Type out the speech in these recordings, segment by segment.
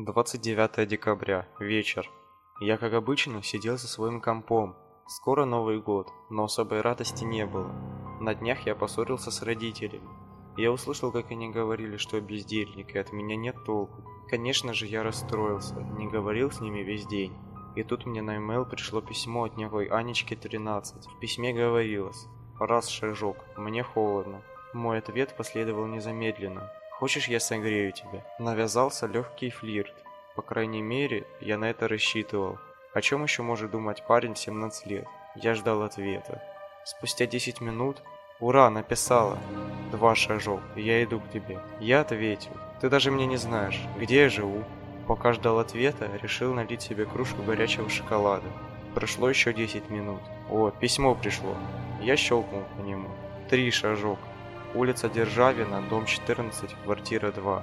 29 декабря, вечер. Я, как обычно, сидел за своим компом. Скоро Новый год, но особой радости не было. На днях я поссорился с родителями. Я услышал, как они говорили, что я бездельник, и от меня нет толку. Конечно же, я расстроился, не говорил с ними весь день. И тут мне на e-mail пришло письмо от некой Анечки 13. В письме говорилось: «Раз, Шажок, мне холодно». Мой ответ последовал незамедленно. «Хочешь, я согрею тебя?» Навязался легкий флирт. По крайней мере, я на это рассчитывал. О чем еще может думать парень в 17 лет? Я ждал ответа. Спустя 10 минут... Ура, написала! 2, Шажок, я иду к тебе. Я ответил: ты даже меня не знаешь, где я живу. Пока ждал ответа, решил налить себе кружку горячего шоколада. Прошло еще 10 минут. О, письмо пришло. Я щелкнул по нему. 3, Шажок. Улица Державина, дом 14, квартира 2.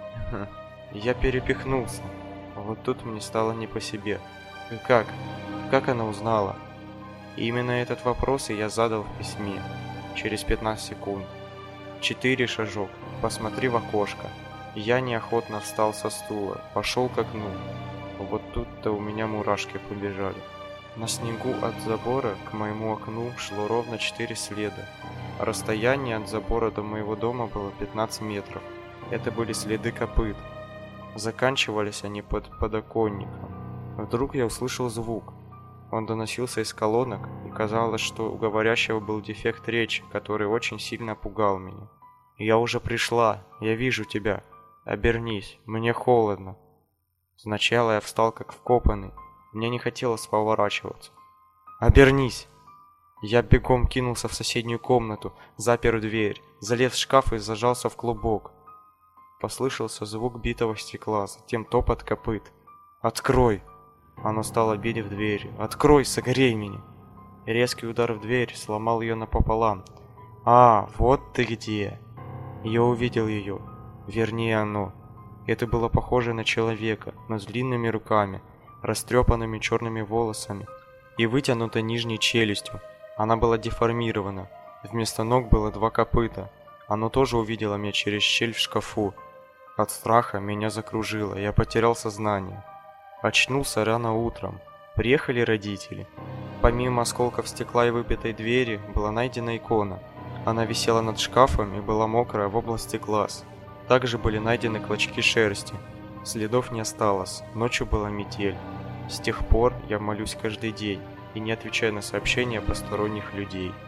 Я перепихнулся. Вот тут мне стало не по себе. Как? Как она узнала? И именно этот вопрос я задал в письме. Через 15 секунд. 4, Шажок. Посмотри в окошко. Я неохотно встал со стула, пошел к окну. Вот тут-то у меня мурашки побежали. На снегу от забора к моему окну шло ровно 4 следа. Расстояние от забора до моего дома было 15 метров. Это были следы копыт. Заканчивались они под подоконником. Вдруг я услышал звук. Он доносился из колонок, и казалось, что у говорящего был дефект речи, который очень сильно пугал меня. «Я уже пришла, я вижу тебя. Обернись, мне холодно». Сначала я встал как вкопанный, мне не хотелось поворачиваться. «Обернись!» Я бегом кинулся в соседнюю комнату, запер дверь, залез в шкаф и зажался в клубок. Послышался звук битого стекла, затем топот копыт. «Открой!» Оно стало бить в дверь. «Открой, согрей меня!» Резкий удар в дверь сломал ее напополам. «А, вот ты где!» Я увидел ее. Вернее, оно. Это было похоже на человека, но с длинными руками, растрепанными черными волосами и вытянутой нижней челюстью. Она была деформирована. Вместо ног было 2 копыта. Оно тоже увидело меня через щель в шкафу. От страха меня закружило, я потерял сознание. Очнулся рано утром. Приехали родители. Помимо осколков стекла и выбитой двери, была найдена икона. Она висела над шкафом и была мокрая в области глаз. Также были найдены клочки шерсти. Следов не осталось, ночью была метель. С тех пор я молюсь каждый день и не отвечаю на сообщения посторонних людей.